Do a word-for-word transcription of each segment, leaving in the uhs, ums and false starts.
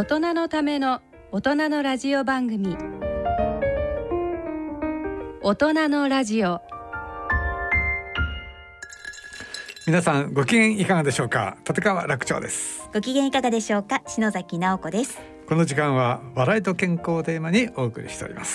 大人のための大人のラジオ番組、大人のラジオ。 皆さんご機嫌いかがでしょうか。立川楽長です。 ご機嫌いかがでしょうか。篠崎直子です。 この時間は笑いと健康をテーマにお送りしております。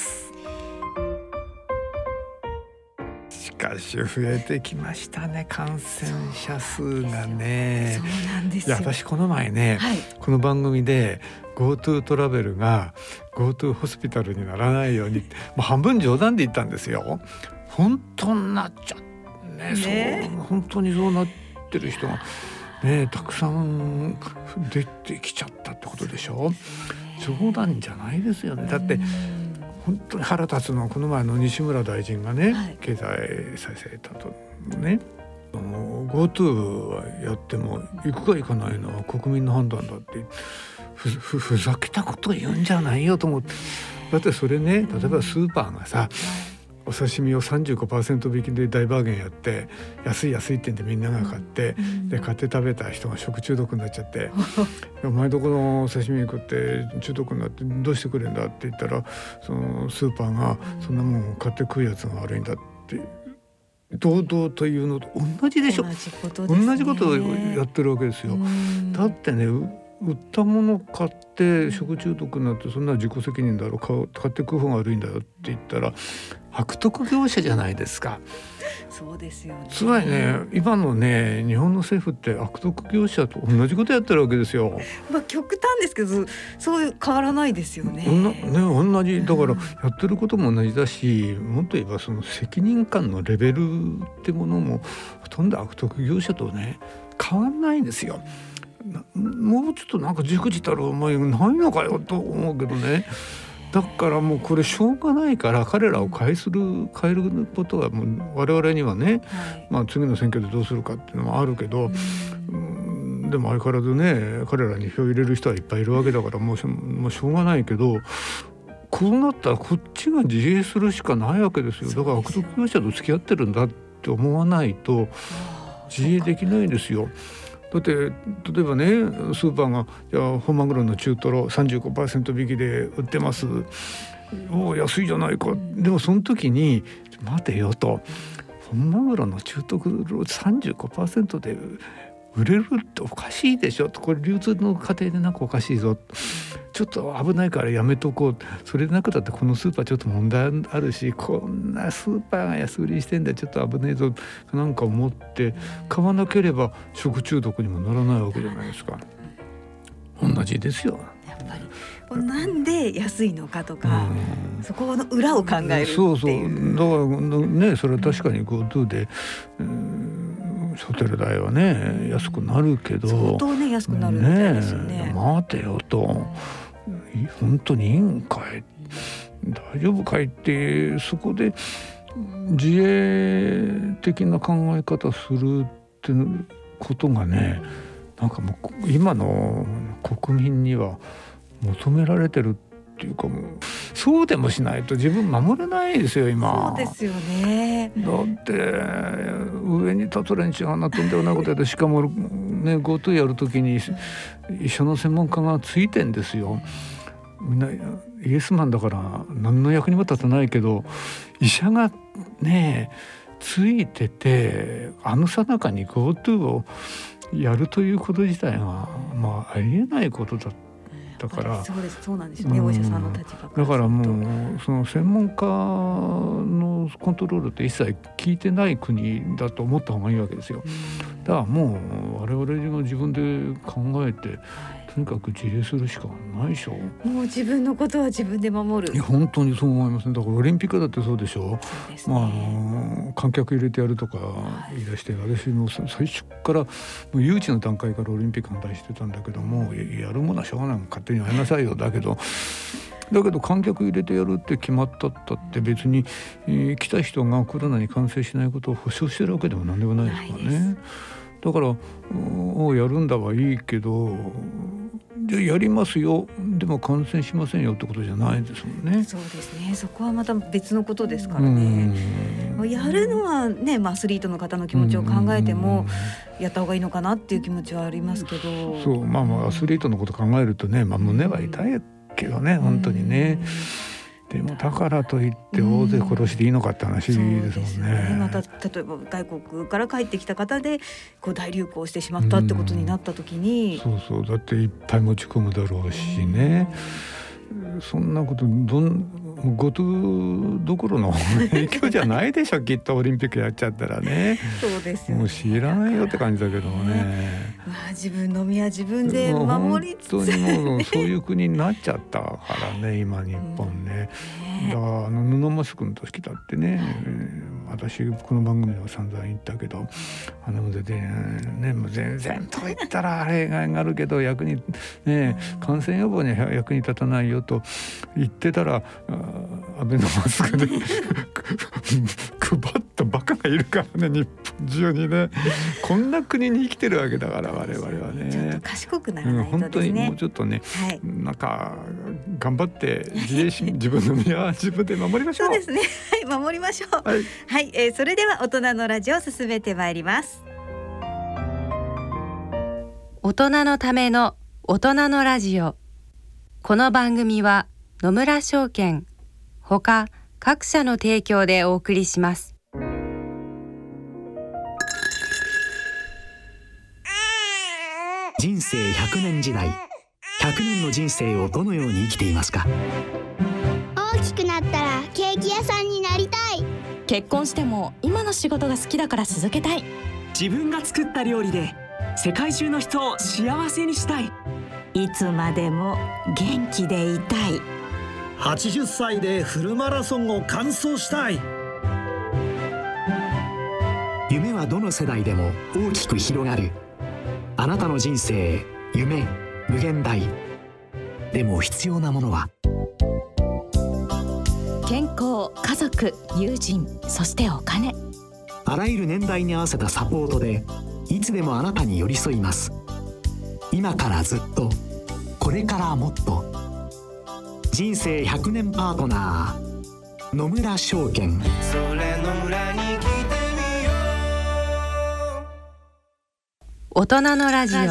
しかし増えてきましたね、感染者数がね。 そうなんですよ。 いや、私この前ね、 はい、 この番組で GoTo トラベルが GoTo ホスピタルにならないようにもう半分冗談で言ったんですよ。本当になっちゃうね。 ね、 そう本当にそうなってる人がね、たくさん出てきちゃったってことでしょ。冗談じゃないですよね。だって本当に腹立つのはこの前の西村大臣がね、はい、経済再生だとね、GoTo はやっても行くか行かないのは国民の判断だってふ, ふ, ふざけたこと言うんじゃないよと思って。だってそれね、例えばスーパーがさ、お刺身を さんじゅうごパーセント 引きで大バーゲンやって安い安いって言ってみんなが買って、うん、で買って食べた人が食中毒になっちゃってお前どこの刺身食って中毒になってどうしてくれんだって言ったら、そのスーパーがそんなもん買って食うやつが悪いんだって堂々というのと同じでしょ。 同じことですね。 同じことをやってるわけですよ。だってね、売ったもの買って食中毒になってそんな自己責任だろう、買って食う方が悪いんだよって言ったら悪徳業者じゃないですか。 そうですよね。 つまりね、今のね日本の政府って悪徳業者と同じことやってるわけですよ。 まあ極端ですけどそういう変わらないですよね。 ね、同じだからやってることも同じだし、もっと言えばその責任感のレベルってものもほとんど悪徳業者とね変わらないんですよ。もうちょっとなんかじくじたる思いないのかよと思うけどね。だからもうこれしょうがないから彼らを変えする変えることはもう我々にはね、はい、まあ次の選挙でどうするかっていうのもあるけど、うん、でも相変わらずね彼らに票入れる人はいっぱいいるわけだからもう し, もうしょうがないけど、こうなったらこっちが自衛するしかないわけですよ。だから悪徳業者と付き合ってるんだって思わないと自衛できないですよ。だって例えばね、スーパーがじゃあ本マグロの中トロ さんじゅうごパーセント 引きで売ってます、おお安いじゃないか。でもその時に待てよと、本マグロの中トロ さんじゅうごパーセント で売れるっておかしいでしょと、これ流通の過程でなんかおかしいぞ、ちょっと危ないからやめとこう、それでなくだってこのスーパーちょっと問題あるし、こんなスーパーが安売りしてんだちょっと危ねえぞなんか思って買わなければ食中毒にもならないわけじゃないですか。同じですよ。 やっぱりなんで安いのかとか、うん、そこの裏を考えるっていう。 そうそう、だからね、それは確かに GoTo で、うんホテル代はね安くなるけど相当ね安くなるみたいですよね。 ね待てよと、本当にいいんかい、大丈夫かいって、そこで自衛的な考え方するってことがね、なんかもう今の国民には求められてるっていうか、もうそうでもしないと自分守れないですよ今。 そうですよね。 だって上に立つ連中があんなとんでもないことやって、しかもね GoTo やるときに医者の専門家がついてんですよ。みんなイエスマンだから何の役にも立たないけど、医者がねついてて、あの最中に GoTo をやるということ自体がまあありえないことだだから、 そうです、そうなんですよね、うん、お医者さんの立場からだからもうその専門家のコントロールって一切効いてない国だと思った方がいいわけですよ。だからもう我々が自分で考えて、とにかく自衛するしかないでしょ。 もう自分のことは自分で守る。 いや本当にそう思いますね。だからオリンピックだってそうでしょ。 そうですね。 まあ、あの観客入れてやるとか言い出して、はい、私も最初からもう誘致の段階からオリンピック反対してたんだけども、やるものはしょうがない、勝手にやりなさいよ。だけどだけど観客入れてやるって決まったったって別に、えー、来た人がコロナに感染しないことを保証してるわけでも何でもないですからね。だからおやるんだはいいけど、じゃあやりますよ、でも感染しませんよってことじゃないですもんね。 そうですね、そこはまた別のことですからね。やるのはね、まあ、アスリートの方の気持ちを考えてもやった方がいいのかなっていう気持ちはありますけど。 そう、まあまあアスリートのこと考えるとね、まあ、胸は痛いけどね、本当にね。でもだからといって大勢殺していいのかって話ですもんね。 そうですね。また例えば外国から帰ってきた方でこう大流行してしまったってことになった時に、 そうそう、だっていっぱい持ち込むだろうしね。そんなことどんごとどころの影響じゃないでしょきっとオリンピックやっちゃったらね。 そうですよね。 もう知らないよって感じだけどもね。 まあ、自分の身は自分で守りつつ、 本当にもうそういう国になっちゃったからね今日本ね。だからあの布マスクの時だってね、私この番組でも散々言ったけど、あのでね、もう全然と言ったら例外があるけど役にね感染予防には役に立たないよと言ってたら、アベノマスクで配ったバカがいるからね、日本中にね。こんな国に生きてるわけだから我々はね。 ちょっと賢くならないとですね、うん、 本当にもうちょっとね、はい、なんか頑張って自衛心自分の身は自分で守りましょう。 そうですね、はい、守りましょう。はい、はい、えー、それでは大人のラジオを進めてまいります。 大人のための大人のラジオ。この番組は野村証券ほか各社の提供でお送りします。 人生ひゃくねん時代、ひゃくねんの人生をどのように生きていますか？ 大きくなったらケーキ屋さんになりたい。 結婚しても今の仕事が好きだから続けたい。 自分が作った料理で世界中の人を幸せにしたい。 いつまでも元気でいたい。 はちじゅっさいでフルマラソンを完走したい。 夢はどの世代でも大きく広がる。あなたの人生、夢、無限大。でも必要なものは健康、家族、友人、そしてお金。 あらゆる年代に合わせたサポートでいつでもあなたに寄り添います。今からずっと、これからもっと。人生ひゃくねんパートナー、野村証券。それ野村に来てみよう。大人のラジオ。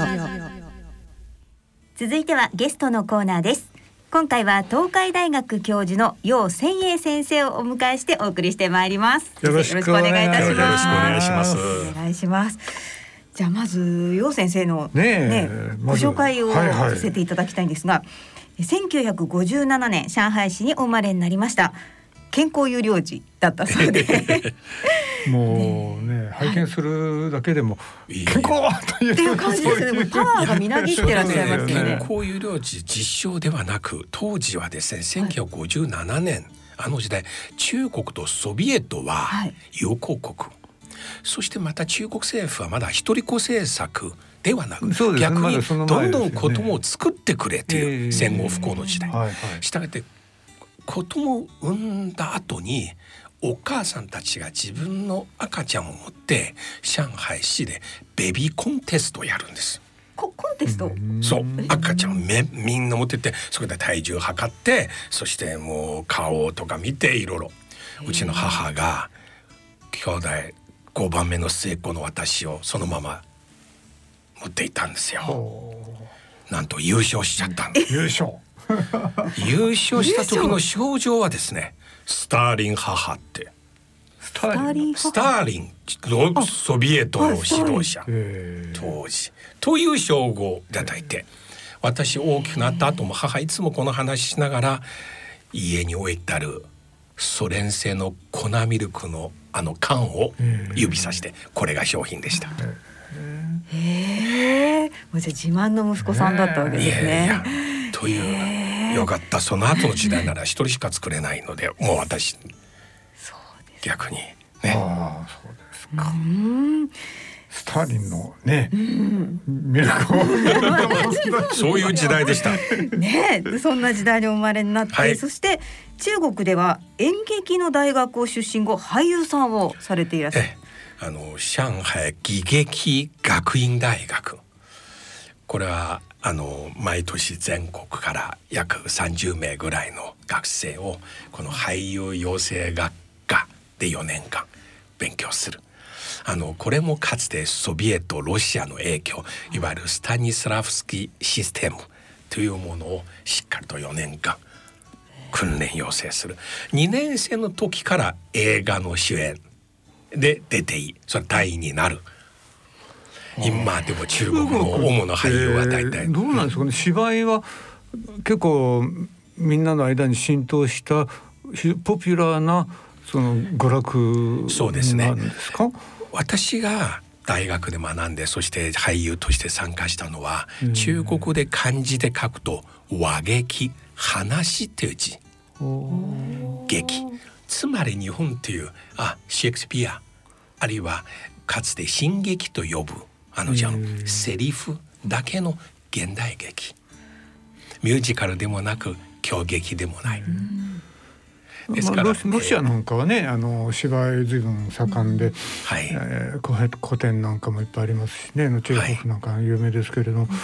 続いてはゲストのコーナーです。今回は東海大学教授の楊千栄先生をお迎えしてお送りしてまいります。 よろしくお願いいたします。 よろしくお願いします。 お願いします。じゃあまず楊先生のね、ね、 ま、 ご紹介をさせていただきたいんですが、はいはい、せんきゅうひゃくごじゅうななねん上海市にお生まれになりました。健康有料児だったそうでもう ね, ね拝見するだけでも、はい、健康という、 っていう感じですね。パワーがみなぎってらっしゃいますよね。 健康有料児実証ではなく、当時はですねせんきゅうひゃくごじゅうななねん、はい、あの時代中国とソビエトは友好国、はい、そしてまた中国政府はまだ一人っ子政策ではなく、逆にどんどん子供を作ってくれという戦後不幸の時代、はいはい、したがって子供を産んだ後にお母さんたちが自分の赤ちゃんを持って上海市でベビーコンテストをやるんです。 コ, コンテスト、 そう赤ちゃんをめみんな持ってってそこで体重測って、そしてもう顔とか見ていろいろ、うちの母が兄弟ごばんめの末っ子の私をそのまま持っていたんですよ。なんと優勝しちゃったんです。 優勝優勝した時の症状はですね、スターリン母ってスターリンスターリンソビエトの指導者当時という称号をいただいて、私大きくなった後も母いつもこの話しながら家に置いてあるソ連製の粉ミルクのあの缶を指さしてこれが商品でした。 へえ、もうじゃあ自慢の息子さんだったわけですね。 いやいやというよかった。その後の時代なら一人しか作れないので、もう私そうです、逆にね。 ああ、そうですか。うんスターリンのね、うん、ミルクをそういう時代でしたね。そんな時代にお生まれになって、はい、そして中国では演劇の大学を出身後俳優さんをされていらっしゃる。 あの上海戯劇学院大学、これはあの毎年全国から約さんじゅうめいぐらいの学生をこの俳優養成学科でよねんかん勉強する。 あのこれもかつてソビエトロシアの影響、いわゆるスタニスラフスキーシステムというものをしっかりとよねんかん訓練養成する。にねん生の時から映画の主演で出ていい、それ大尉になる。今でも中国の主な俳優は大体、 どうなんですかね、芝居は結構みんなの間に浸透したポピュラーなその娯楽なんですか？ そうですね。私が大学で学んで、そして俳優として参加したのは、うん、中国で漢字で書くと話劇、話っていう字、劇、つまり日本っていうあシェイクスピア、あるいはかつて新劇と呼ぶあのじゃん、セリフだけの現代劇、ミュージカルでもなく狂劇でもない。ですから、まあ、ロ, ロシアなんかはね、あの芝居随分盛んで、はい、えー、古典なんかもいっぱいありますしね、チェーホフなんか有名ですけれども、はい、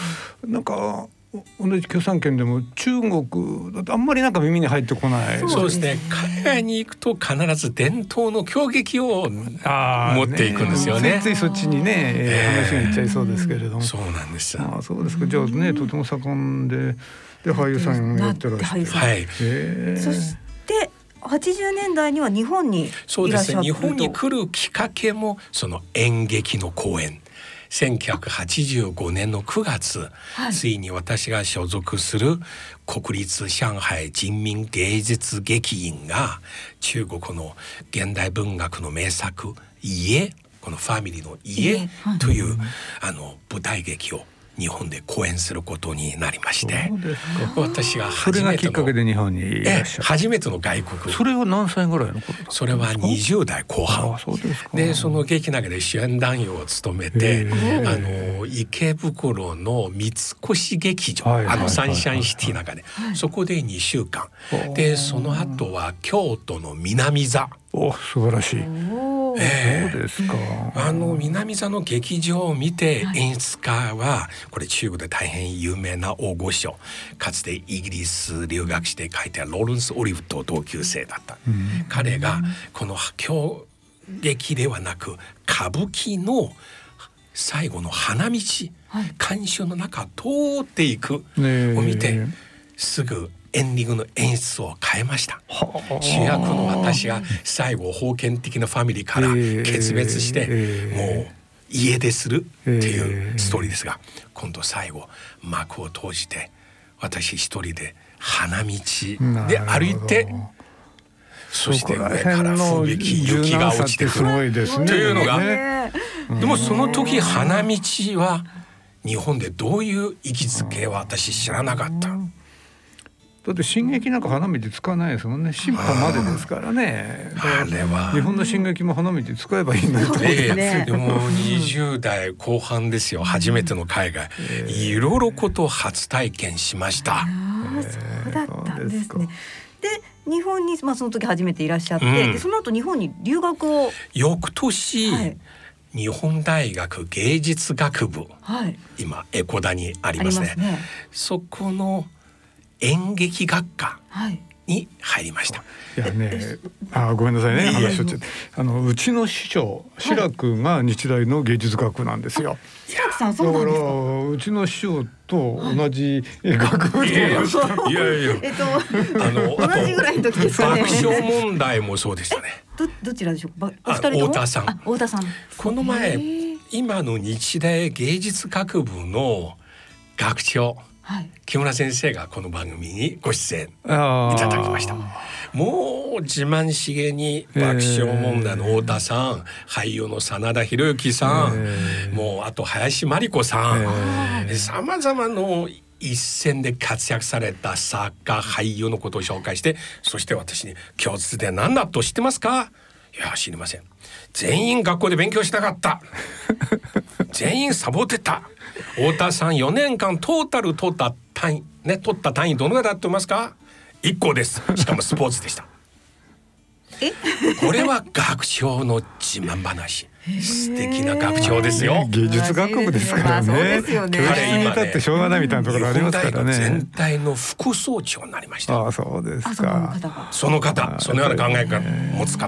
なんか同じ共産圏でも中国だとあんまりなんか耳に入ってこない。そうですね。海外に行くと必ず伝統の狂劇を持っていくんですよね。ついついそっちにね、えー、話がいっちゃいそうですけれども。そうなんです。ああ、そうですか。じゃあね、とても盛んで、で俳優さんやってらっしゃる。はい。そしてはちじゅうねんだいには日本にいらっしゃると。そうですね。日本に来るきっかけもその演劇の公演。せんきゅうひゃくはちじゅうごねんのくがつ、はい、ついに私が所属する国立上海人民芸術劇院が中国の現代文学の名作家、このファミリーの家という、はい、あの舞台劇を日本で公演することになりまして、私が初めての、それがきっかけで日本にいらっしゃる。初めての外国。それは何歳ぐらいの頃だったんですか？それはにじゅうだいこう半。あ、そうですか。でその劇中で主演男優を務めて、あの池袋の三越劇場、はい、あのサンシャインシティ中で、はい、そこでにしゅうかんで、その後は京都の南座。お、素晴らしい。えー、そうですか。あの南座の劇場を見て、演出家はこれ中国で大変有名な大御所、かつてイギリス留学して書いたローレンス・オリブと同級生だった、うん、彼がこの狂劇ではなく歌舞伎の最後の花道、はい、観衆の中通っていくを見て、すぐエンディングの演出を変えました。主役の私が最後封建的なファミリーから決別して、えー、もう家出するっていうストーリーですが、えー、今度最後幕を閉じて私一人で花道で歩いて、そして上から吹雪、雪が落ちてくるというのが、ね、でもその時花道は日本でどういう位置づけは私知らなかった。だって進撃なんか花道使わないですもんね。審判までですからね。あれは日本の進撃も花道使えばいいのにと思って、ね、でもにじゅうだいこう半ですよ、初めての海外、えー、いろいろこと初体験しました。あ、そうだったんですね。で日本に、まあ、その時初めていらっしゃって、うん、でその後日本に留学を翌年、はい、日本大学芸術学部、はい、今江古田にありますね。ありますね。そこの演劇学科に入りました。いやね、あ、ごめんなさいね、話しちゃって、あのうちの師匠志らくが日大の芸術学部なんですよ。志らくさん、そうなんですか。だからうちの師匠と同じ学部で、いやいや、えっとあの同じぐらいの時ですかね。爆笑問題もそうでしたね。どどちらでしょう。お二人とも。太田さん。太田さん。この前今の日大芸術学部の学長、はい、木村先生がこの番組にご出演いただきました。もう自慢しげに爆笑問題の太田さん、俳優の真田広之さん、もうあと林真理子さん、さまざまの一線で活躍された作家俳優のことを紹介して、そして私に共通で何だと知ってますか。いや知りません。全員学校で勉強しなかった全員サボってた。太田さんよねんかんトータル取った単位ね、取った単位どのぐらいだと思いますか。いっこです。しかもスポーツでしたえこれは学長の自慢話。素敵な学長ですよ。芸術学部ですからね。教室にいたってしょうがないみたいなところありますからね。全体の副総長になりました。ああ、そうですか。その方、そのような考え方を持つ方。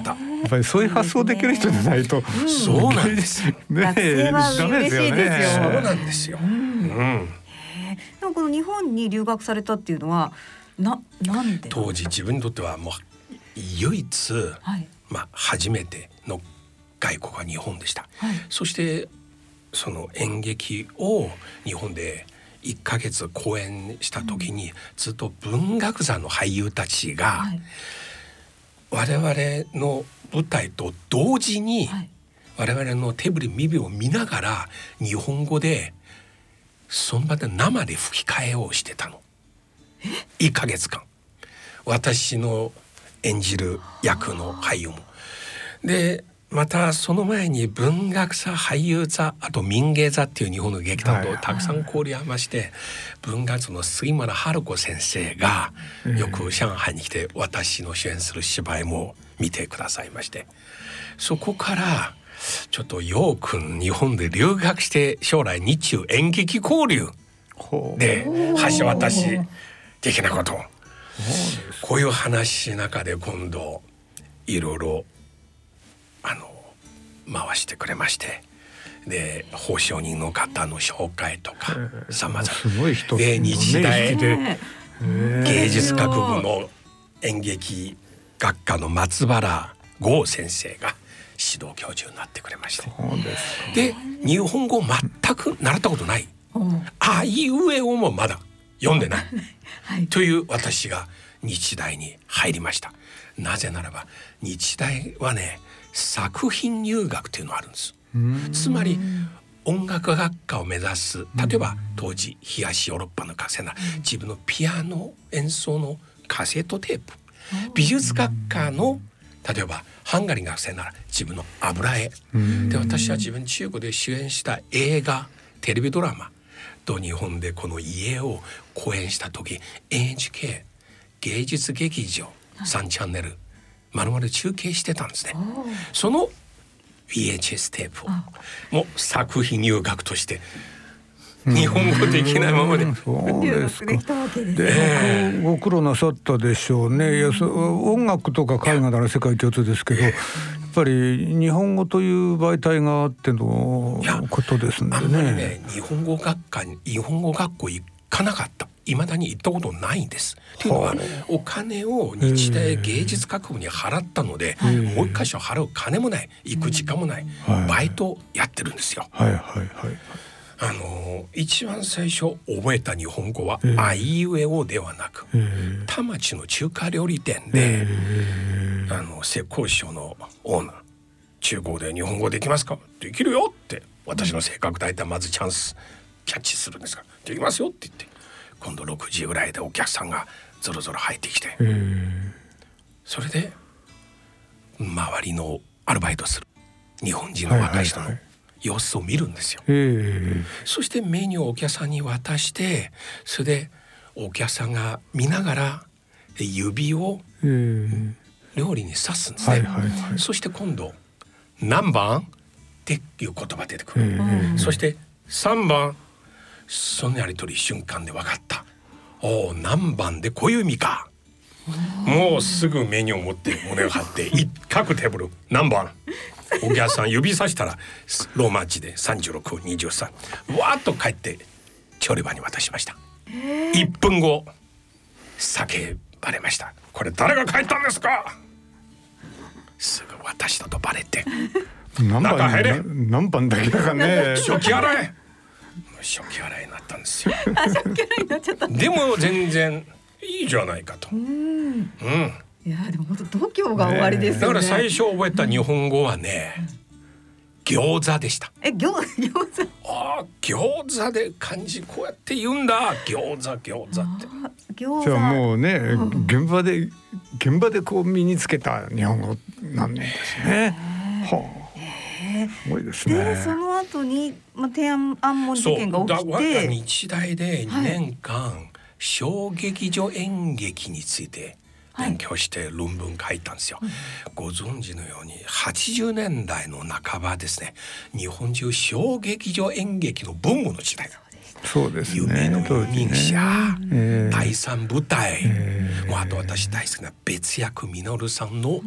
っぱりそういう発想できる人じゃないと、 うん、そうなんですね、学生は嬉しいですよ。 そうなんですよ、うんうん、 でもこの日本に留学されたっていうのはな、なんで？ 当時自分にとってはもう唯一、はい、まあ、初めての外国は日本でした、はい、そしてその演劇を日本でいっかげつ公演した時に、うん、ずっと文学座の俳優たちが、はい、我々の舞台と同時に、はい、我々のテーブル耳を見ながら日本語でその場で生で吹き替えをしてたの。いっかげつかん私の演じる役の俳優もで、またその前に文学座、俳優座、あと民芸座っていう日本の劇団とたくさん交流ありまして、はいはい、文学座の杉村春子先生がよく上海に来て私の主演する芝居も見てくださいまして、そこからちょっとよく日本で留学して将来日中演劇交流で橋渡し的なこと、こういう話の中で今度いろいろあの回してくれまして、で保証人の方の紹介とかさまざまで、日大で芸術学部の演劇学科の松原剛先生が指導教授になってくれまして、で日本語全く習ったことない、あいうえおもまだ読んでない、はい、という私が日大に入りました。なぜならば日大はね、作品入学というのがあるんです。つまり音楽学科を目指す、例えば当時東ヨーロッパの学生なら自分のピアノ演奏のカセットテープ、美術学科の例えばハンガリー学生なら自分の油絵で、私は自分中国で主演した映画、テレビドラマと日本でこの家を公演した時 エヌエイチケー 芸術劇場さんチャンネルまるまる中継してたんですね。その ブイエイチエス テープをもう作品入学として日本語できないままで、うん、 そうですか。で、ご苦労なさったでしょうね。いや、音楽とか絵画なら世界共通ですけど、やっぱり日本語という媒体があってのことですんでね。 あんまりね、日本語学科に日本語学校行かなかった。未だに行ったことないんです。というのはお金を日大芸術学部に払ったので、もう一箇所払う金もない、行く時間もない、バイトやってるんですよ。 はいはいはい。 あの一番最初覚えた日本語はあいうえおではなく、田町の中華料理店であの浙江省のオーナー、中国で日本語できますか、できるよって私の性格大体まずチャンスキャッチするんですが、できますよって言って、今度ろくじぐらいでお客さんがぞろぞろ入ってきて、それで周りのアルバイトする日本人の若い人の様子を見るんですよ。そしてメニューをお客さんに渡して、それでお客さんが見ながら指を料理に刺すんですね、はいはいはい、そして今度何番っていう言葉が出てくる、そしてさんばん、そのやり取り瞬間で分かった。おお、何番でこういう意味か。もうすぐメニューを持って胸を張って一角テーブル何番、お客さん指さしたらローマ字でさんじゅうろく、にじゅうさん、わーっと帰って調理場に渡しました。いっぷんご叫ばれました。これ誰が書いたんですか。すぐ私だとバレて何番入れ、何番だけだからね食器洗い食器洗いになったんですよ。 あ、食器洗いになっちゃった。 でも全然いいじゃないかと。うん、うん、 いやでも本当度胸が終わりですよね。 だから最初覚えた日本語はね、うん、餃子でした。 え、餃子、餃子。 ああ、餃子で漢字こうやって言うんだ。餃子、餃子って。 餃子。じゃあもうね、うん、現場で現場でこう身につけた日本語なんですね。はあ。すごいですね。 でその後に、まあ、天安門事件が起きて、 日大でにねんかん、はい、小劇場演劇について勉強して論文書いたんですよ、はい、ご存知のようにはちじゅうねんだいの半ばですね、日本中小劇場演劇のブームの時代。 そうですね。 夢の遊民者、えー、第三舞台、えー、もうあと私大好きな別役実さんの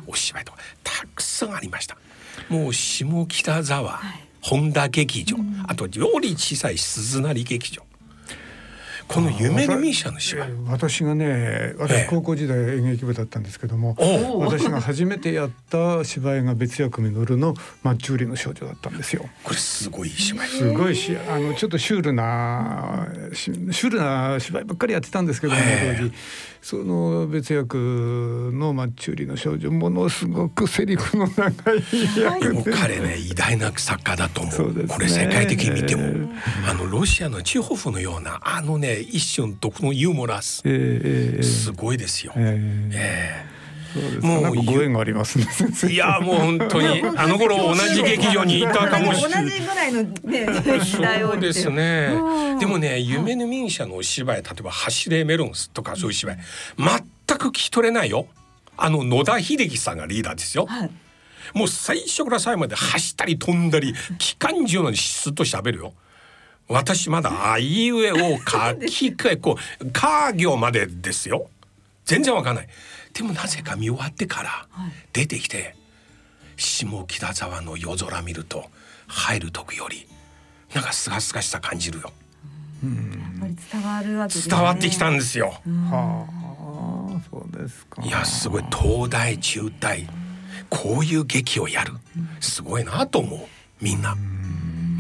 お芝居とかたくさんありました。もう下北沢、はい、本田劇場、うん、あとより小さい鈴なり劇場、この夢のミーシャの芝居、 私がね、私高校時代演劇部だったんですけども、ええ、私が初めてやった芝居が別役実のマッチ売りの少女だったんですよ。 これすごい芝居、 すごいし、あのちょっとシュールなシュールな芝居ばっかりやってたんですけども、当時その別役のマッチ売りの少女、ものすごくセリフの長い役で、 彼ね偉大な作家だと思う。そうですね、これ世界的に見てもあのロシアのチェホフのようなあのね一瞬毒のユーモラス、えー、すごいですよ。えーえー、そうですもうなんかご縁がありますね。 いやもう本当にあの頃同じ劇場にいたかもしれない。 同じぐらいのね時代を。 そうですね。でもね夢のミーシャのお芝居、例えば走れメロンスとかそういう芝居全く聞き取れないよ。あの野田秀樹さんがリーダーですよ。はい、もう最初から最後まで走ったり飛んだり機関銃のようにスッと喋るよ。私まだあいうえを書き換えこう家業までですよ。全然わかんない。でもなぜか見終わってから出てきて、下北沢の夜空見ると入る時よりなんかすがすがしさ感じるよ。 うん、やっぱり伝わるわけですね。 伝わってきたんですよ。 はあ、そうですか。 いやすごい、東大中大こういう劇をやるすごいなと思うみんな。うんうん、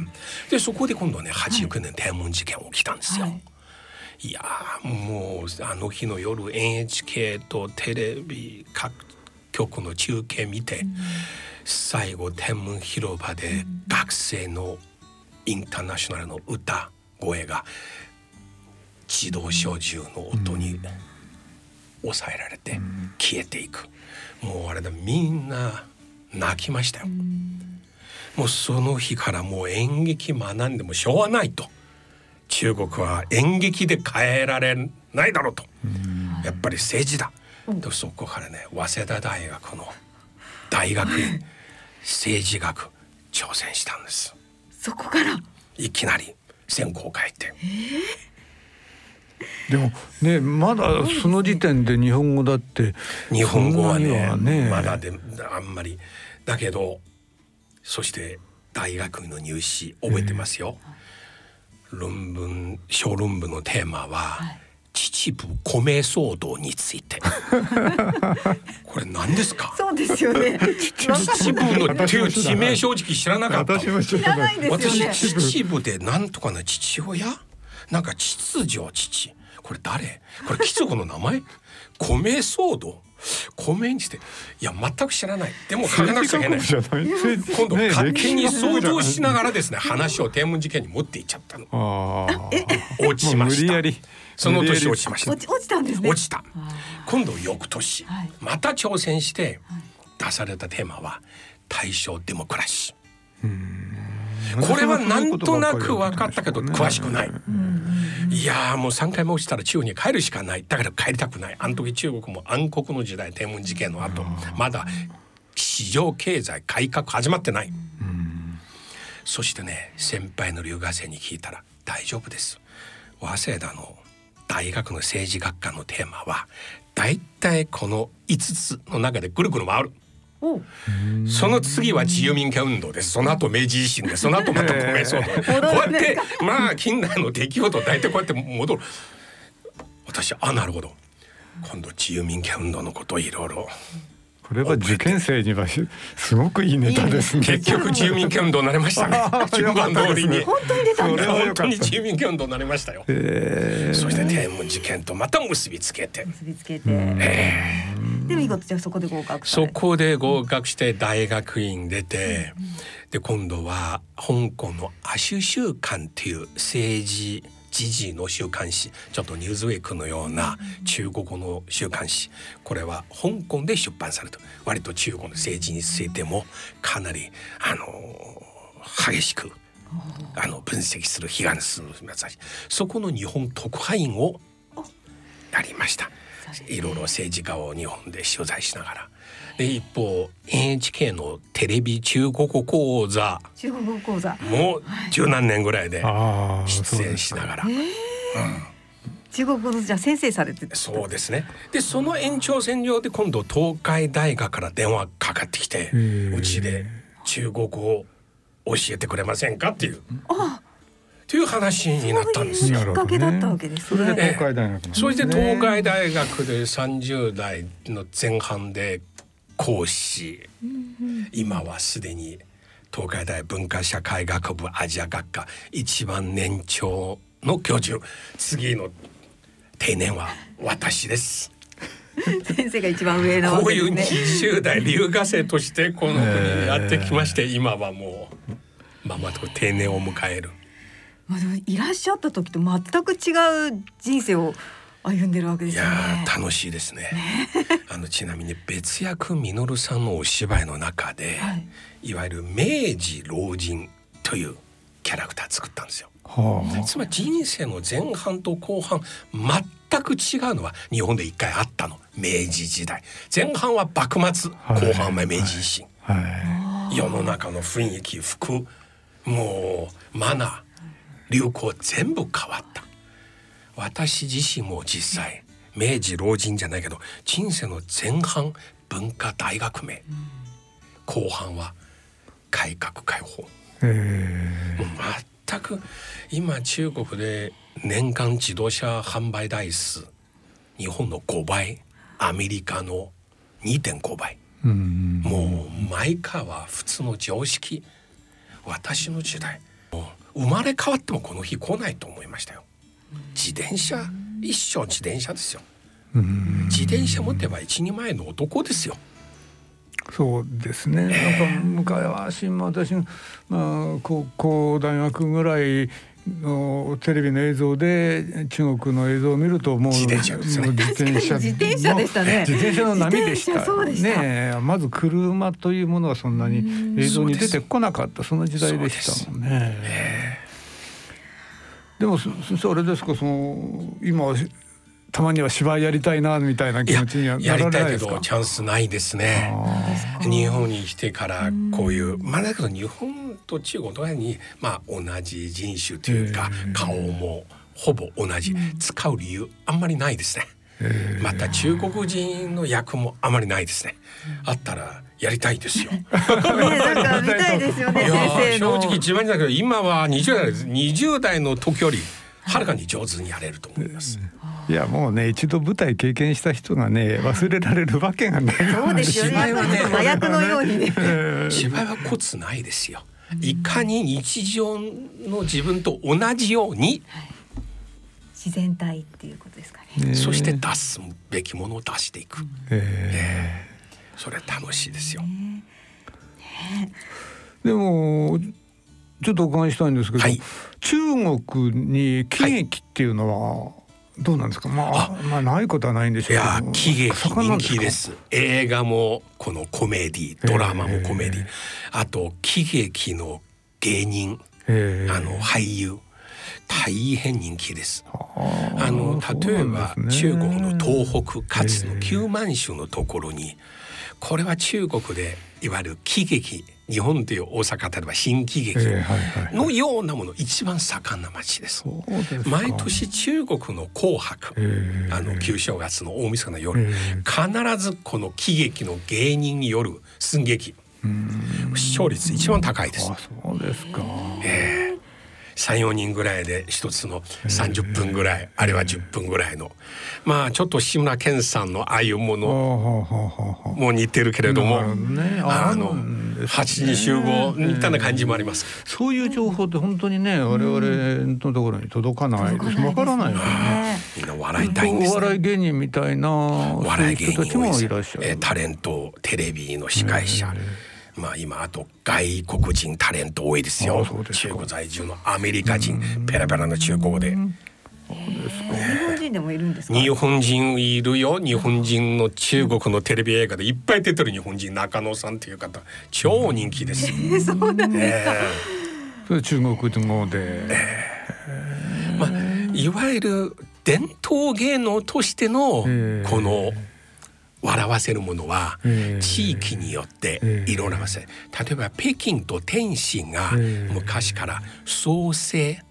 でそこで今度ねはちじゅうきゅうねん天文事件起きたんですよ。はい、いやもうあの日の夜 エヌエイチケー とテレビ各局の中継見て、うん、最後天文広場で学生のインターナショナルの歌声が自動小銃の音に抑えられて消えていく。もうあれだ、みんな泣きましたよ。もうその日からもう演劇学んでもしょうがないと、中国は演劇で変えられないだろうと、やっぱり政治だ、うん、でそこからね早稲田大学の大学院政治学挑戦したんです。 そこからいきなり専攻書いて、 えー、でもねまだその時点で日本語だって日本語は ね, はねまだであんまりだけど、そして大学の入試覚えてますよ。えー、論文小論文のテーマは、はい、秩父米騒動についてこれ何ですか。 そうですよね。 秩父のっていう地名正直知らなかった。 知らないですよね。 私秩父でなんとかな父親なんか秩序父これ誰これ貴族の名前米騒動米にしていや全く知らない。でも書かなくちゃいけない。今度勝手に想像しながらですね話を天文事件に持っていっちゃったの。あ落ちました。その年落ちました。 落ち、落ちたんですね。 落ちた。今度翌年、はい、また挑戦して出されたテーマは大正デモクラシー。うんこれはなんとなく分かったけど詳しくない。いやもうさんかいも落ちたら中国に帰るしかない。だから帰りたくない。あの時中国も暗黒の時代、天文事件の後まだ市場経済改革始まってない。そしてね先輩の留学生に聞いたら大丈夫です。早稲田の大学の政治学科のテーマはだいたいこのいつつの中でぐるぐる回る。その次は自由民権運動です。その後明治維新でその後また米騒動こうやってまあ近代の出来事大体こうやって戻る。私あなるほど今度自由民権運動のことをいろいろ。 これは受験生にはすごくいいネタですね。 結局自由民権運動になりましたね。順番通りに本当に出たんだ。 本当に自由民権運動になりましたよ。えー、そして天文事件とまた結びつけて結びつけて、えー、で見事じゃあそこで合格されそこで合格して大学院出て、うん、で今度は香港の亜種週刊っていう政治時事の週刊誌、ちょっとニューズウィークのような中国語の週刊誌、これは香港で出版された。割と中国の政治についてもかなりあの激しくあの分析する批判するそこの日本特派員をやりました。いろいろ政治家を日本で取材しながら。で一方 エヌエイチケー のテレビ中国語講座中国語講座もう十何年ぐらいで出演しながら、はい、うん、 中国語のじゃあ先生されてた。 そうですね。でその延長線上で今度東海大学から電話かかってきて、うちで中国語を教えてくれませんかっていう。ああという話になったんですよ。 きっかけだったわけですね。 それで東海大学、ね、 そして東海大学でさんじゅう代の前半で講師、うんうん、今はすでに東海大文化社会学部アジア学科一番年長の教授、次の定年は私です。 先生が一番上のわけですね。 こういうにじゅう代留学生としてこの国にやってきまして、今はもうまもなく定年を迎える。 まあ、でもいらっしゃった時と全く違う人生を歩んでるわけですよね。 いや楽しいですね。あのちなみに別役稔さんのお芝居の中で、はい、いわゆる明治老人というキャラクター作ったんですよ。はあ、つまり人生の前半と後半全く違うのは日本で一回あったの。明治時代前半は幕末、はい、後半は明治維新、はいはい、世の中の雰囲気、服、もうマナー、流行全部変わった。私自身も実際明治老人じゃないけど人生の前半文化大革命、うん、後半は改革開放、もう全く今中国で年間自動車販売台数日本のごばい、アメリカの にてんごばい、うん、もうマイカーは普通の常識。私の時代生まれ変わってもこの日来ないと思いましたよ。自転車、一生自転車ですよ。自転車持てば一人前の男ですよ。 そうですね、えー、なんか昔私、まあ、高校大学ぐらいのテレビの映像で中国の映像を見るともう自転車ですね。 自転車自転車でしたね。 自転車の波でした。 そうでしたね。まず車というものはそんなに映像に出てこなかった、その時代でしたもんね。でも先生あれですか、その今たまには芝居やりたいなみたいな気持ちにはならないですか。 やりたいけどチャンスないですね。日本に来てからこういうまあだけど日本と中国とかにまあ同じ人種というか顔もほぼ同じ、使う理由あんまりないですね。また中国人の役もあまりないですね。あったらやりたいですよ。ね、 なんか見たいですよね。先生の正直自慢だけど今はにじゅう代です。にじゅう代の時よりはるかに上手にやれると思います。 いやもうね、一度舞台経験した人がね忘れられるわけがない。 そうですよね。芝居はね麻薬のようにね。 芝居はコツないですよ。いかに日常の自分と同じように、はい、 自然体っていうことですかね。 そして出すべきものを出していく。えー、それ楽しいですよ。ねね、でもちょっとお伺いしたいんですけど、はい、中国に喜劇っていうのはどうなんですか。まあ、あまあないことはないんでしょうけど。いや喜劇人気です。映画もこのコメディ、ドラマもコメディ、あと喜劇の芸人、あの俳優大変人気です。あの例えば、ね、中国の東北勝の九万州のところに、これは中国でいわゆる喜劇、日本という大阪例えば新喜劇のようなもの一番盛んな町です。毎年中国の紅白、あの旧正月の大晦日の夜、必ずこの喜劇の芸人による寸劇、視聴率一番高いです。 あ、そうですか。 えーさん、よにんぐらいで一つのさんじゅっぷんぐらい、あるいはじゅっぷんぐらいの、まあちょっと志村けんさんのああいうものも似てるけれども、ね、あのはちにん集合みたいな感じもあります。 そういう情報って本当にね、我々のところに届かないです。わからないよね。 みんな笑いたいんですね。 お笑い芸人みたいな笑い芸人たちもいらっしゃる。 えタレント、テレビの司会者、まあ今あと外国人タレント多いですよ。中国在住のアメリカ人、ペラペラの中国で。 そうですか。日本人でもいるんですか。 日本人いるよ。日本人の中国のテレビ映画でいっぱい出てる日本人、中野さんという方超人気です。 えー、そうなんですか。えー、それ中国語で、 えーまあ、いわゆる伝統芸能としてのこの笑わせるものは地域によっていろいろなせ、例えば北京と天津が昔から創生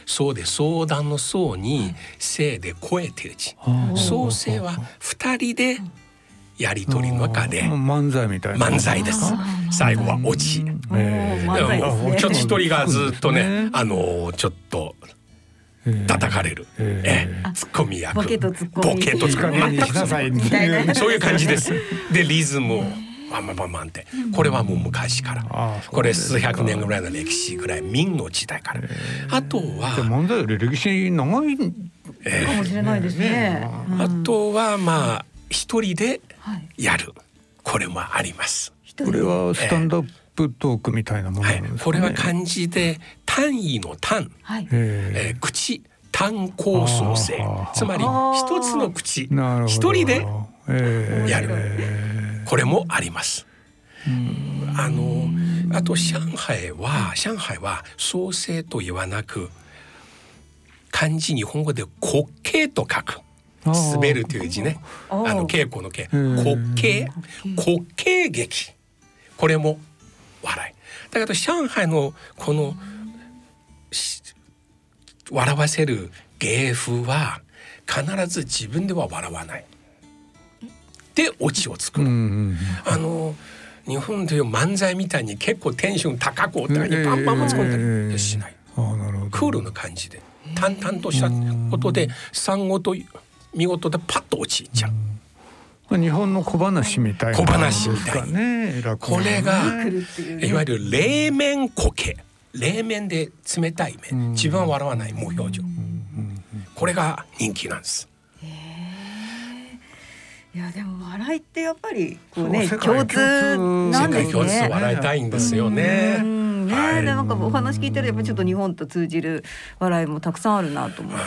そうで相談の相に性で超えてる字、創生は二人でやり取りの中で漫才みたいな漫才です。最後はオチ、えー、ちょっと一人がずっとね、あのちょっと叩かれる、えー、ツッコミ役、 ボケとツッコミ、 ボケとツッコミしなさいそういう感じです。でリズムをバンバンバンバンって、これはもう昔から、これ数百年ぐらいの歴史ぐらい、明の時代から。あとは漫才より歴史長いかもしれないですね。 あとはまあ一人でやる、これもあります。 これはスタンドアップトークみたいなものなんですかね。 これは漢字で単位の単、えー、口単構創生、つまり一つの口一人でやる、これもあります。あのあと上海は上海は創生と言わなく漢字日本語で滑稽と書く。滑るという字ね、あの稽古の稽、滑稽、滑稽劇、これも笑いだけど、上海のこの笑わせる芸風は必ず自分では笑わないでオチを作る、あの日本でいう漫才みたいに結構テンション高くお互いにパンパンパン突っ込んだりしない、クールな感じで淡々としたことで産後と見事でパッと落ちちゃう。日本の小話みたいな、 小話みたいな、 ね、 これがいわゆる冷面こけ、冷面で冷たい面、自分は笑わない無表情、これが人気なんです。 いやでも笑いってやっぱりこうね、共通なんですね。 世界共通笑いたいんですよね。 ね、はい、なんかお話聞いてるやっぱちょっと日本と通じる笑いもたくさんあるなと思って。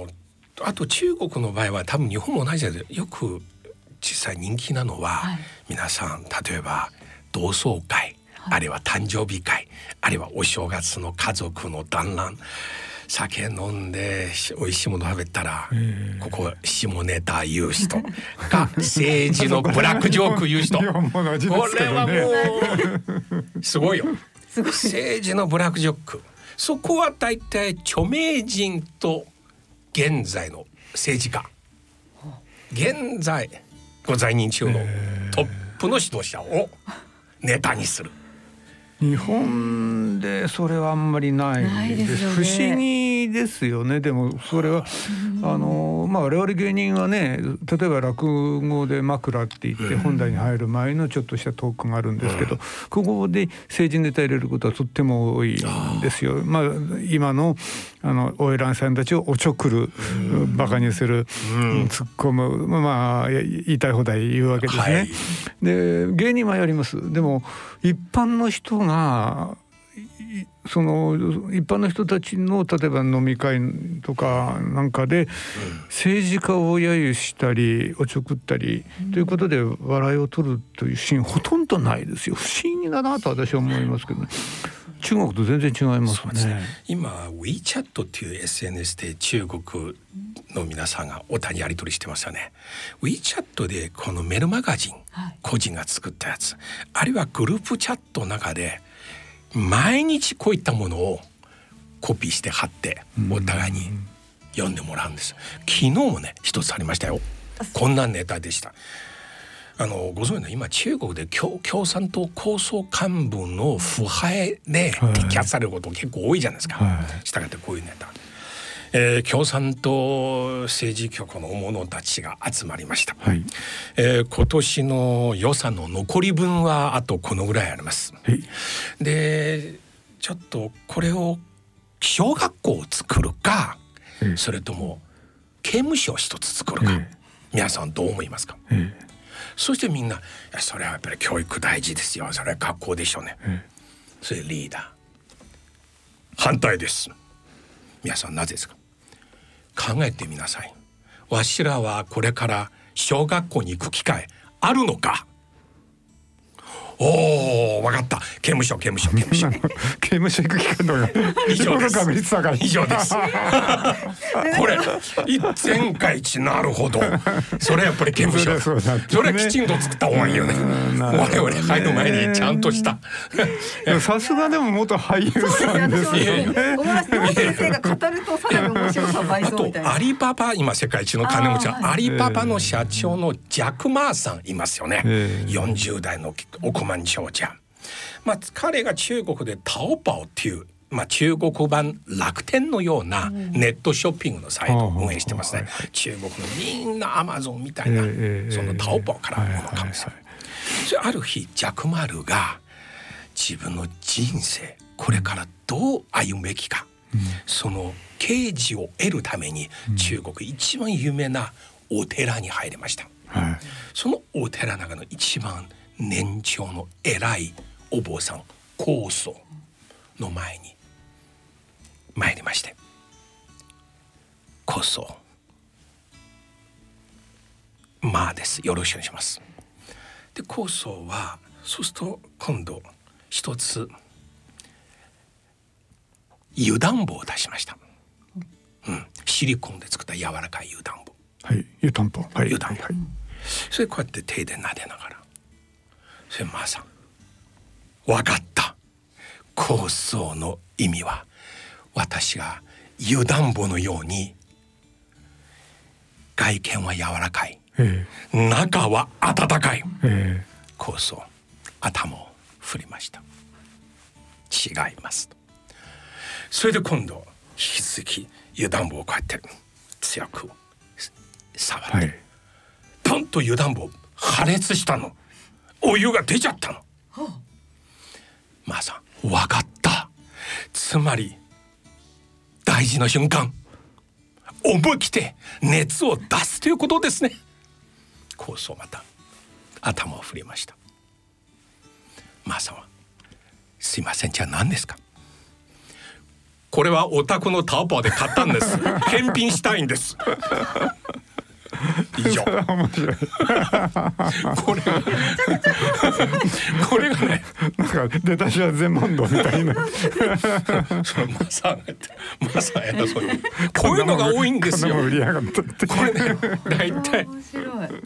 あと中国の場合は多分日本も同じで、よく実際人気なのは、はい、皆さん例えば同窓会、はい、あるいは誕生日会、あるいはお正月の家族の団らん、酒飲んで美味しいもの食べたらここ下ネタ言う人が政治のブラックジョーク言う人、これはもうすごいよ。政治のブラックジョーク、そこは大体著名人と現在の政治家、現在ご在任中のトップの指導者をネタにする。 日本でそれはあんまりないです。不思議ですよね。でもそれはあの、まあ、我々芸人はね、例えば落語で枕って言って本題に入る前のちょっとしたトークがあるんですけど、ここで政治ネタ入れることはとっても多いんですよ。まあ、今のあのお偉いさんたちをおちょくる、バカにする、突っ込む、まあ言いたい放題言うわけですね、はい、で芸人はやります。でも一般の人がその一般の人たちの例えば飲み会とかなんかで政治家を揶揄したりおちょくったりということで笑いを取るというシーンほとんどないですよ。不思議だなと私は思いますけどね。中国と全然違いますね。ね、 今 WeChat っていう エスエヌエス で中国の皆さんがお互いやり取りしてますよね。 WeChat でこのメルマガジン、はい、個人が作ったやつ、あるいはグループチャットの中で毎日こういったものをコピーして貼ってお互いに読んでもらうんです。昨日もね一つありましたよ。こんなネタでした。あのご存知の今中国で 共, 共産党高層幹部の腐敗で摘発されること結構多いじゃないですか、はい、したがってこういうネタ、えー、共産党政治局の者たちが集まりました、はい、えー、今年の予算の残り分はあとこのぐらいあります、はい、でちょっとこれを小学校を作るか、はい、それとも刑務所を一つ作るか、はい、皆さんどう思いますか？はい、そしてみんな、いやそれはやっぱり教育大事ですよ、それは学校でしょうね、うん、それリーダー反対です。皆さんなぜですか？考えてみなさい。わしらはこれから小学校に行く機会あるのか？おー、分かった。刑務所刑務所刑務所刑務所行く機会のが以上です。 確率高い。 以上ですこれ前回一なるほど、それやっぱり刑務所 そ, れ そ, ね、それきちんと作った方がいいよね。我々入る前にちゃんとしたさすがでも元俳優さんですよね。 小村先生が語ると倍あ増みたいな。 とアリババ、今世界一の金持ちはあーはいアリババの社長のジャック・マーさんいますよね、 えーよんじゅう代の億万長者、まあ、彼が中国でタオパオっていう、まあ、中国版楽天のようなネットショッピングのサイトを運営してますね、中国のみんなアマゾンみたいな、 えーそのタオパオから物を買うんですよ、 はいはいそれある日ジャクマルが自分の人生これからどう歩むべきか、うん、その啓示を得るために中国一番有名なお寺に入りました、はい、そのお寺の中の一番年長の偉いお坊さん高僧の前に参りまして、高僧まあですよろしくお願いします。で高僧はそうすると今度一つ湯団棒を出しました、うん、シリコンで作った柔らかい湯団棒、 はい、湯団棒、はい、 湯団棒、 はいはい、 それこうやって手で撫でながら、それまさ分かった、高僧の意味は私が湯団棒のように外見は柔らかい、ええ、中は温かい、ええ、高僧頭を振りました。違いますと。それで今度引き続き湯団棒をこうやって強く触って、はい、ポンと湯団棒破裂したの、お湯が出ちゃったの、はあ、まさ分かった、つまり大事な瞬間思い切って熱を出すということですね。高僧また頭を振りました。マーさんはすいません、じゃあ何ですか。これはお宅のタオパーで買ったんです返品したいんです以上面白いこれがこれがね、 なんか出だしは全問答みたいなそれまさまさやだ、そういうこういうのが多いんですよ。これね大体面白い、うん、こ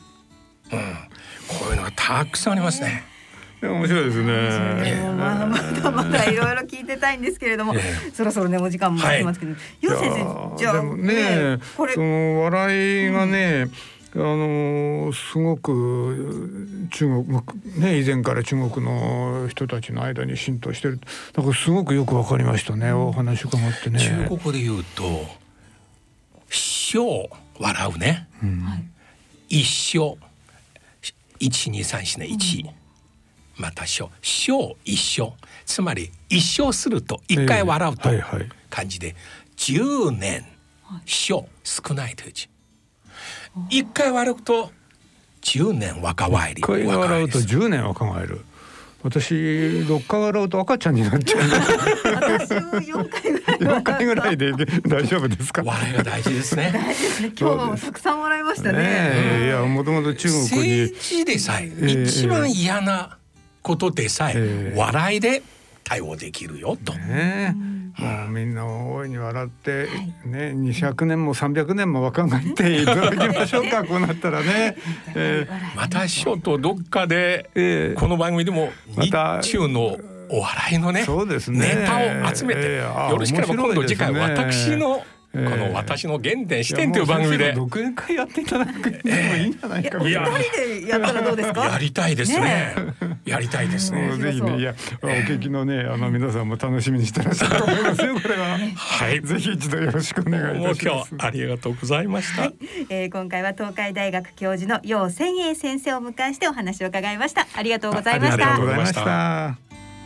ういうのがたくさんありますね。 面白いですね。 まあ、まだまだいろいろ聞いてたいんですけれども、えー、そろそろねお時間もありますけど、はい、楊先生、じゃあね、これその笑いがね、うん、あのすごく中国ね、以前から中国の人たちの間に浸透してる。だからすごくよくわかりましたね、うん、お話伺ってね。 中国で言うと笑笑うね、うん、一生一二三四の一、うん、また小小一生、つまり一生すると一回笑うと感じでじゅうねん小少ないという字、一回笑うとじゅうねん若返り、 一回笑うとじゅうねん若返る。私ろっかい笑うと赤ちゃんになっちゃう私もよんかいぐらいよんかいぐらいで大丈夫ですか。 笑いが大事ですね。 大事ですね。今日もたくさん笑いましたね。 ね、いやもともと中国に政治でさえ一番嫌なことでさえ笑いで対応できるよと、 ね、もうみんな大いに笑って、ね、にひゃくねんもさんびゃくねんも若返っていただきましょうかこうなったらね、 えー、また師匠とどっかで、えー、この番組でも日中のお笑いの ね, そうですねネタを集めて、えー、よろしければ今度次回私のこの私の原点視点という番組で独演会やっていただくのもいいんじゃないか。 いや二人でやったらどうですか。 やりたいですね。やりたいですね。 ぜひね、いやお聞きのねあの皆さんも楽しみにしてらっしゃると思いますよこれは。 はい。 ぜひ一度よろしくお願いいたします。 もう今日ありがとうございました。はい、 えー、今回は東海大学教授の楊千栄先生をお迎えしてお話を伺いました。ありがとうございました。 ありがとうございました。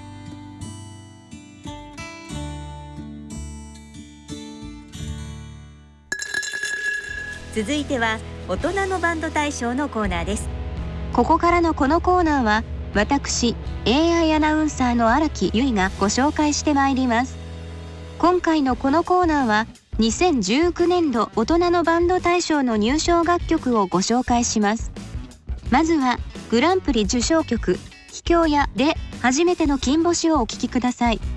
続いては大人のバンド大賞のコーナーです。 ここからのこのコーナーは私 エーアイ アナウンサーの荒木由衣がご紹介してまいります。今回のこのコーナーはにせんじゅうきゅうねんど大人のバンド大賞の入賞楽曲をご紹介します。まずはグランプリ受賞曲秘境屋で初めての金星をお聴きください。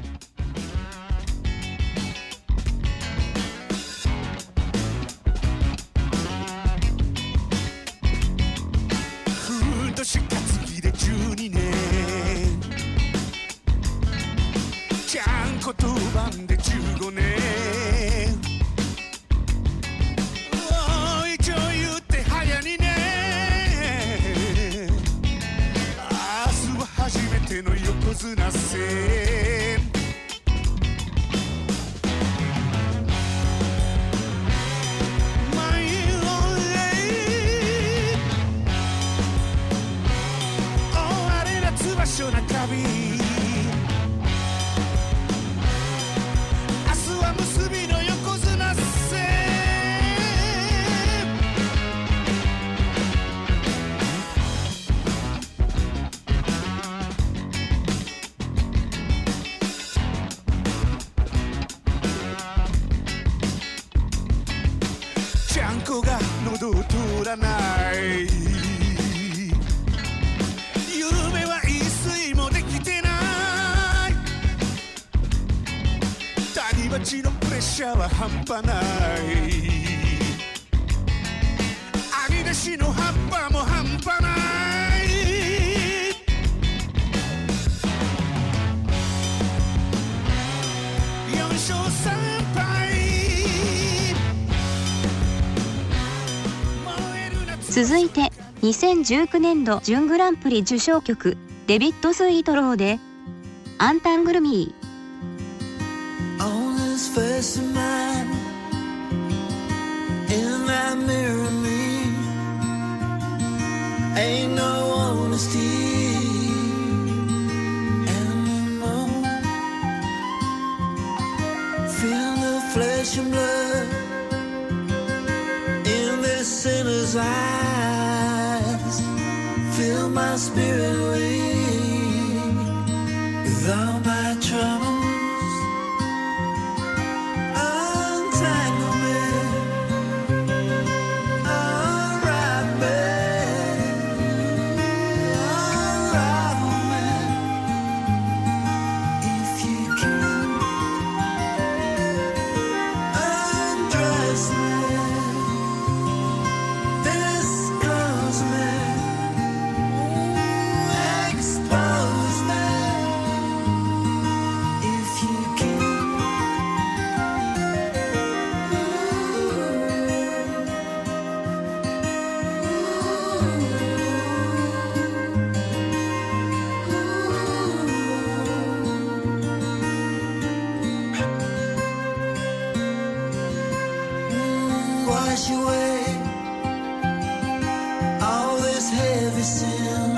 こが喉を通らない。夢は一睡もできてない。谷町のプレッシャーは半端ない。網出しの葉っぱも半端ない。よんしょうさんぱい。 続いてにせんじゅうきゅうねんど準グランプリ受賞曲デビッド・スイートローでアンタングルミー。 On this face of mine, in that mirror of me, ain't no honesty anymore. Feel the flesh and blood in this sinner's eyes. Feel my spirit weak with all my troubles. Wash away all this heavy sin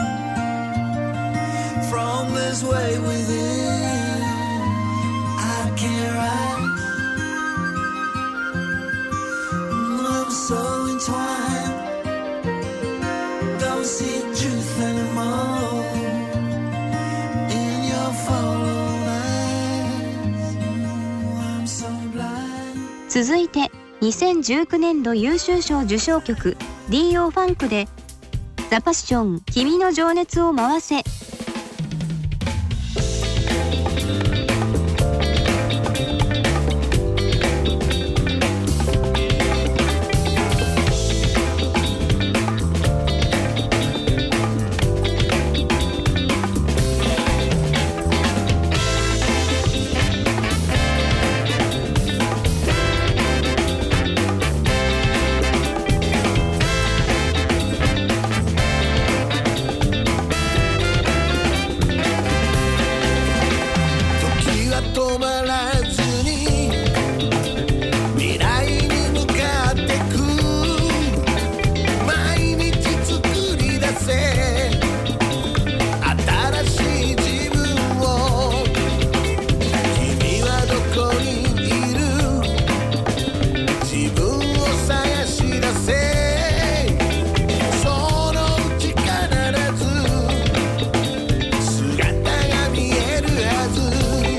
from this way within. I can't rise. I'm so entwined. Don't see truth anymore in your fallen eyes. I'm so blind. 続いてにせんじゅうきゅうねんど優秀賞受賞曲 ディーオー ファンクでザ・パッション君の情熱を回せ。 止まらずに未来に向かってく。毎日作り出せ新しい自分を。君はどこにいる。自分を探し出せ。そのうち必ず姿が見えるはず。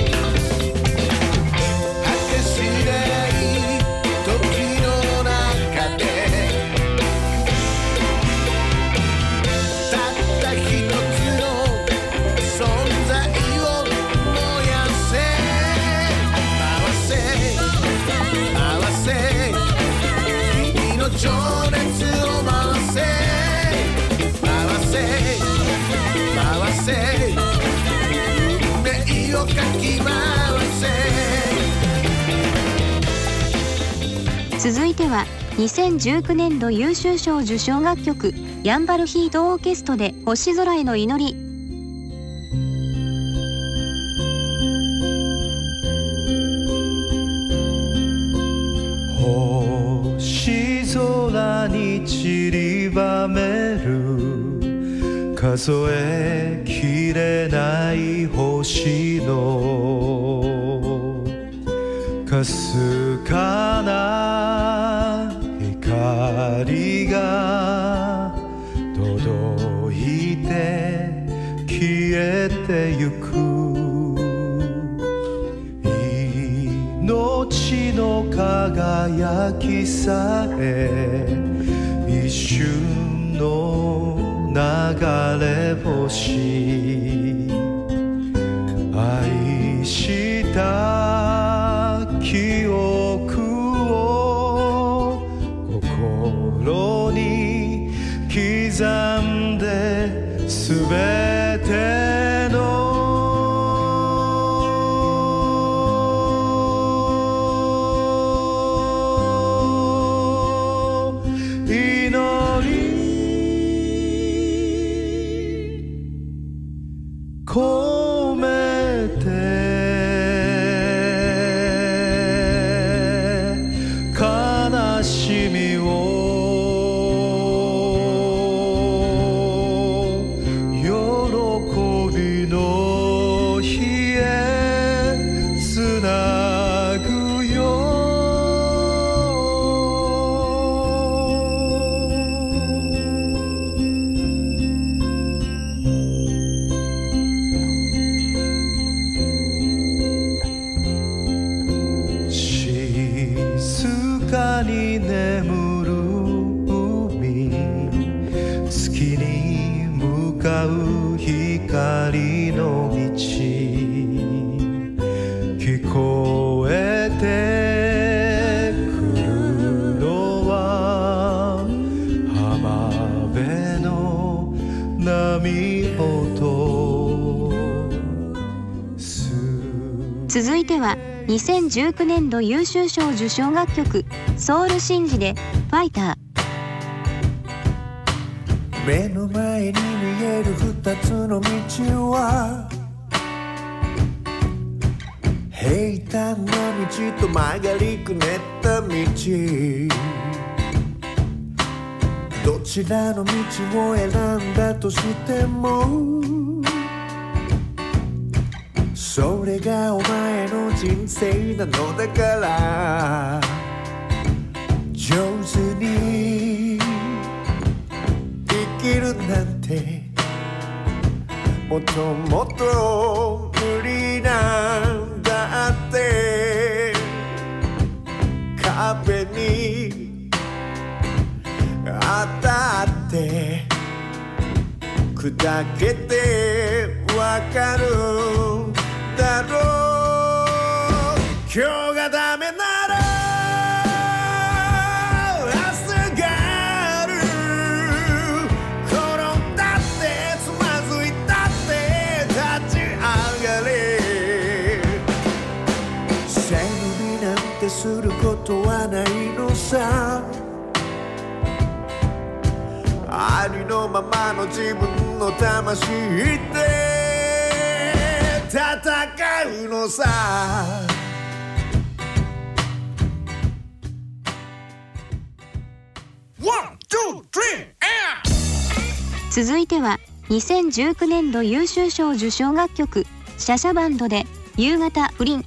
情熱を回せ回せ回せ運命をかき回せ。続いてはにせんじゅうきゅうねんど優秀賞受賞楽曲ヤンバルヒートオーケストで星空への祈り。 星空に散りばめる数えきれない星のかすかな光が届いて消えてゆく。命星の輝きさえ一瞬の流れ星愛した記憶を心に刻んで全ての込めて悲しみを喜びの日へつなぐよに眠る海月に向かう光の道聞こえてくるのは浜辺の波音続いてはにせんじゅうきゅうねんど優秀賞受賞楽曲ソウルシンジでファイター。目の前に見える二つの道は平坦な道と曲がりくねった道どちらの道を選んだとしてもそれがお前の人生なのだから上手に生きるなんてもっともっと無理なんだって壁に当たって砕けてわかるだろう今日がダメなら明日がある転んだってつまずいたって立ち上がれ背伸びなんてすることはないのさありのままの自分の魂で戦うのさ続いてはにせんじゅうきゅうねんど優秀賞受賞楽曲シャシャバンドで夕方不倫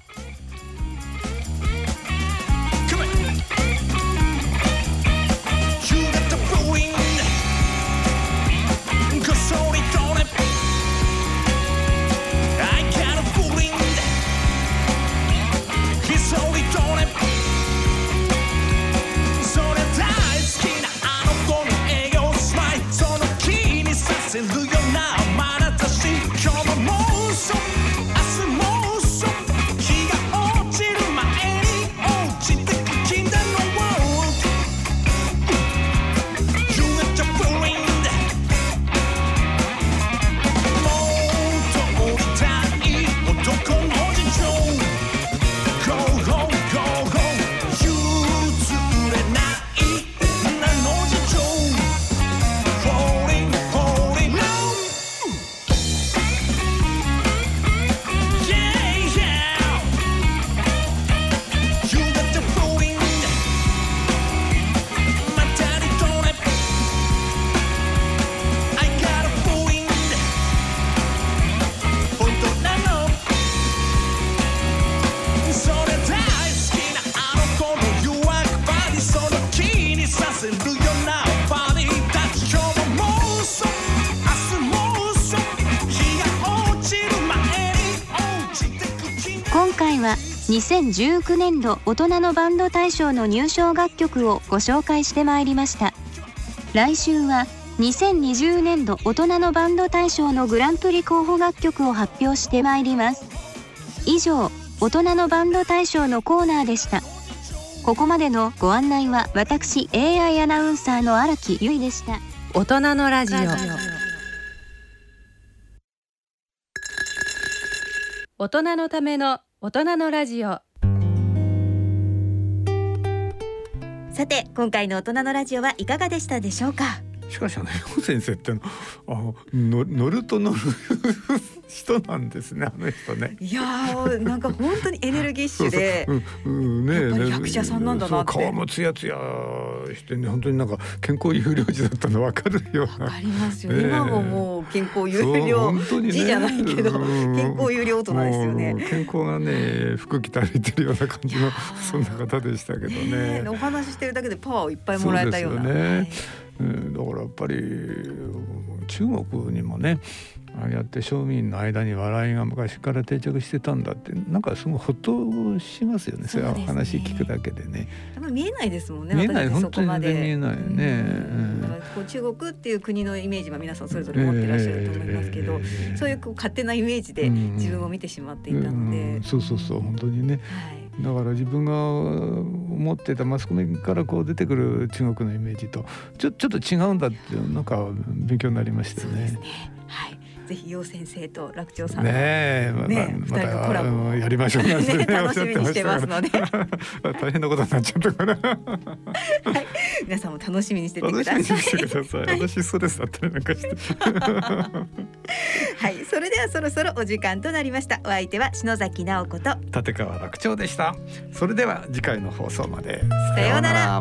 にせんじゅうきゅうねんど大人のバンド大賞の入賞楽曲をご紹介してまいりました。来週はにせんにじゅうねんど大人のバンド大賞のグランプリ候補楽曲を発表してまいります。以上、大人のバンド大賞のコーナーでした。ここまでのご案内は私 エーアイ アナウンサーの荒木由衣でした。 大人のラジオ。大人のための大人のラジオ。 さて、今回の大人のラジオはいかがでしたでしょうか。 しかしあの楊先生ってのあの乗ると乗る人なんですね、あの人ね。 いやー、なんか本当にエネルギッシュでそうそう、うんうんね、 やっぱり役者さんなんだなって。 顔もツヤツヤしてね、本当になんか健康有料児だったの分かるような。 わかりますよ、ね、今ももう健康有料児、ね、じゃないけど、健康有料大人ですよね。 健康がね、服着て歩いてるような感じのそんな方でしたけどね。 ね、お話ししてるだけでパワーをいっぱいもらえたような。そうですよね、 はい、うん、だからやっぱり中国にもね、ああやって庶民の間に笑いが昔から定着してたんだって、なんかすごいほっとしますよね。そういう話聞くだけでね。 やっぱ見えないですもんね。 見えない、 本当に見えないよね。 こう中国っていう国のイメージは皆さんそれぞれ持ってらっしゃると思いますけど、えー、そういうこう勝手なイメージで自分を見てしまっていたので、 うんうん、そうそうそう、本当にね。はい、だから自分が思ってたマスコミからこう出てくる中国のイメージとちょ、ちょっと違うんだって、なんか勉強になりましたね。 そうですね、はい、ぜひ楊先生と楽長さんねえ、まね、 まふたりのコラボやりましょうなんて、ね、 楽しみにしてますので大変なことになっちゃったからはい、 皆さんも楽しみにしててください。 楽しみにしてください。私そうですだったりなんかしてはい、それではそろそろお時間となりました。お相手は篠崎直子と立川楽長でした。それでは次回の放送まで。 さようなら。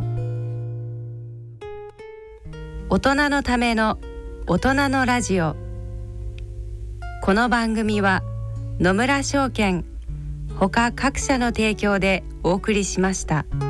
大人のための大人のラジオ。この番組は野村証券ほか各社の提供でお送りしました。